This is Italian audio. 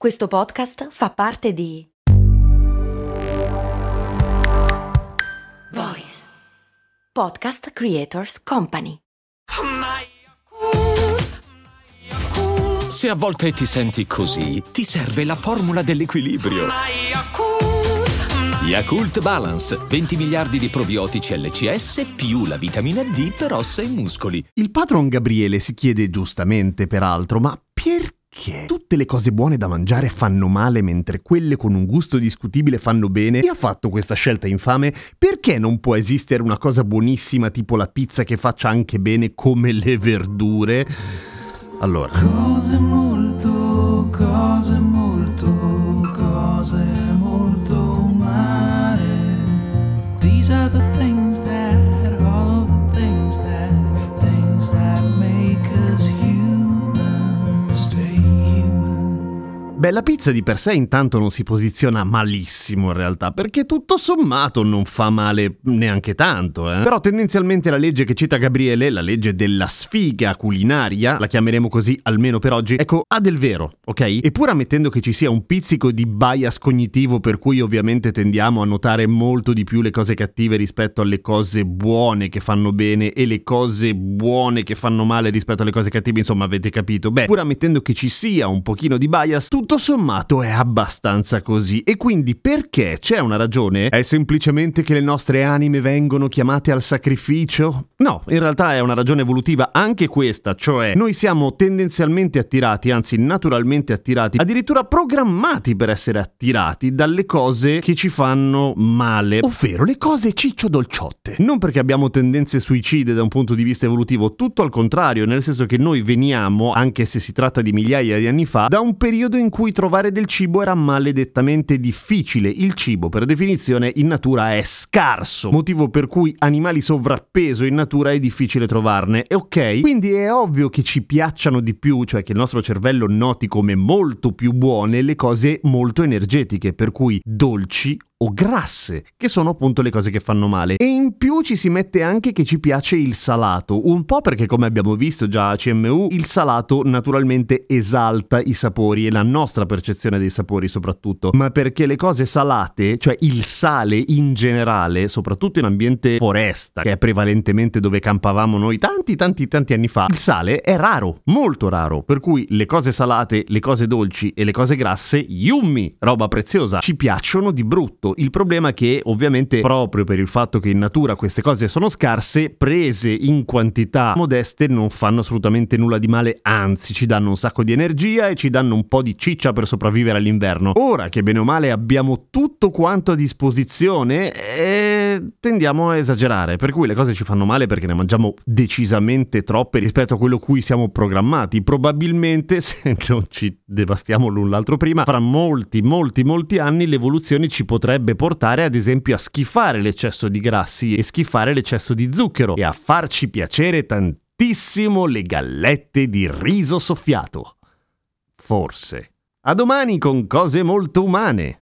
Questo podcast fa parte di Voice Podcast Creators Company. Se a volte ti senti così, ti serve la formula dell'equilibrio. Yakult Balance, 20 miliardi di probiotici LCS più la vitamina D per ossa e muscoli. Il patron Gabriele si chiede giustamente, peraltro, ma perché tutte le cose buone da mangiare fanno male mentre quelle con un gusto discutibile fanno bene? Chi ha fatto questa scelta infame? Perché non può esistere una cosa buonissima tipo la pizza che faccia anche bene come le verdure? Allora, cose molto umane. These are the things that, all of the things that make us human, stay human. beh, la pizza di per sé intanto non si posiziona malissimo in realtà, perché tutto sommato non fa male neanche tanto, Però tendenzialmente la legge che cita Gabriele, la legge della sfiga culinaria, la chiameremo così almeno per oggi, ecco, ha del vero, ok? E pur ammettendo che ci sia un pizzico di bias cognitivo per cui ovviamente tendiamo a notare molto di più le cose cattive rispetto alle cose buone che fanno bene e le cose buone che fanno male rispetto alle cose cattive, insomma avete capito, beh, pur ammettendo che ci sia un pochino di bias, tutto sommato è abbastanza così. E quindi perché c'è una ragione? È semplicemente che le nostre anime vengono chiamate al sacrificio? No, in realtà è una ragione evolutiva anche questa, cioè noi siamo tendenzialmente attirati, anzi naturalmente attirati, addirittura programmati per essere attirati dalle cose che ci fanno male, ovvero le cose ciccio-dolciotte. Non perché abbiamo tendenze suicide da un punto di vista evolutivo, tutto al contrario, nel senso che noi veniamo, anche se si tratta di migliaia di anni fa, da un periodo in cui trovare del cibo era maledettamente difficile. Il cibo, per definizione, in natura è scarso, motivo per cui animali sovrappeso in natura è difficile trovarne, e ok? Quindi è ovvio che ci piacciono di più, cioè che il nostro cervello noti come molto più buone le cose molto energetiche, per cui dolci o grasse, che sono appunto le cose che fanno male. E in più ci si mette anche che ci piace il salato, un po' perché, come abbiamo visto già a CMU, il salato naturalmente esalta i sapori e la nostra percezione dei sapori soprattutto, ma perché le cose salate, cioè il sale in generale, soprattutto in ambiente foresta, che è prevalentemente dove campavamo noi tanti anni fa, il sale è raro, molto raro, per cui le cose salate, le cose dolci e le cose grasse, yummy, roba preziosa, ci piacciono di brutto. Il problema è che ovviamente proprio per il fatto che in natura queste cose sono scarse, prese in quantità modeste non fanno assolutamente nulla di male, anzi ci danno un sacco di energia e ci danno un po' di ciccia per sopravvivere all'inverno. Ora che bene o male abbiamo tutto quanto a disposizione, tendiamo a esagerare, per cui le cose ci fanno male perché ne mangiamo decisamente troppe rispetto a quello cui siamo programmati. Probabilmente, se non ci devastiamo l'un l'altro prima, fra molti anni l'evoluzione ci potrebbe portare ad esempio a schifare l'eccesso di grassi e schifare l'eccesso di zucchero e a farci piacere tantissimo le gallette di riso soffiato. Forse. A domani con cose molto umane.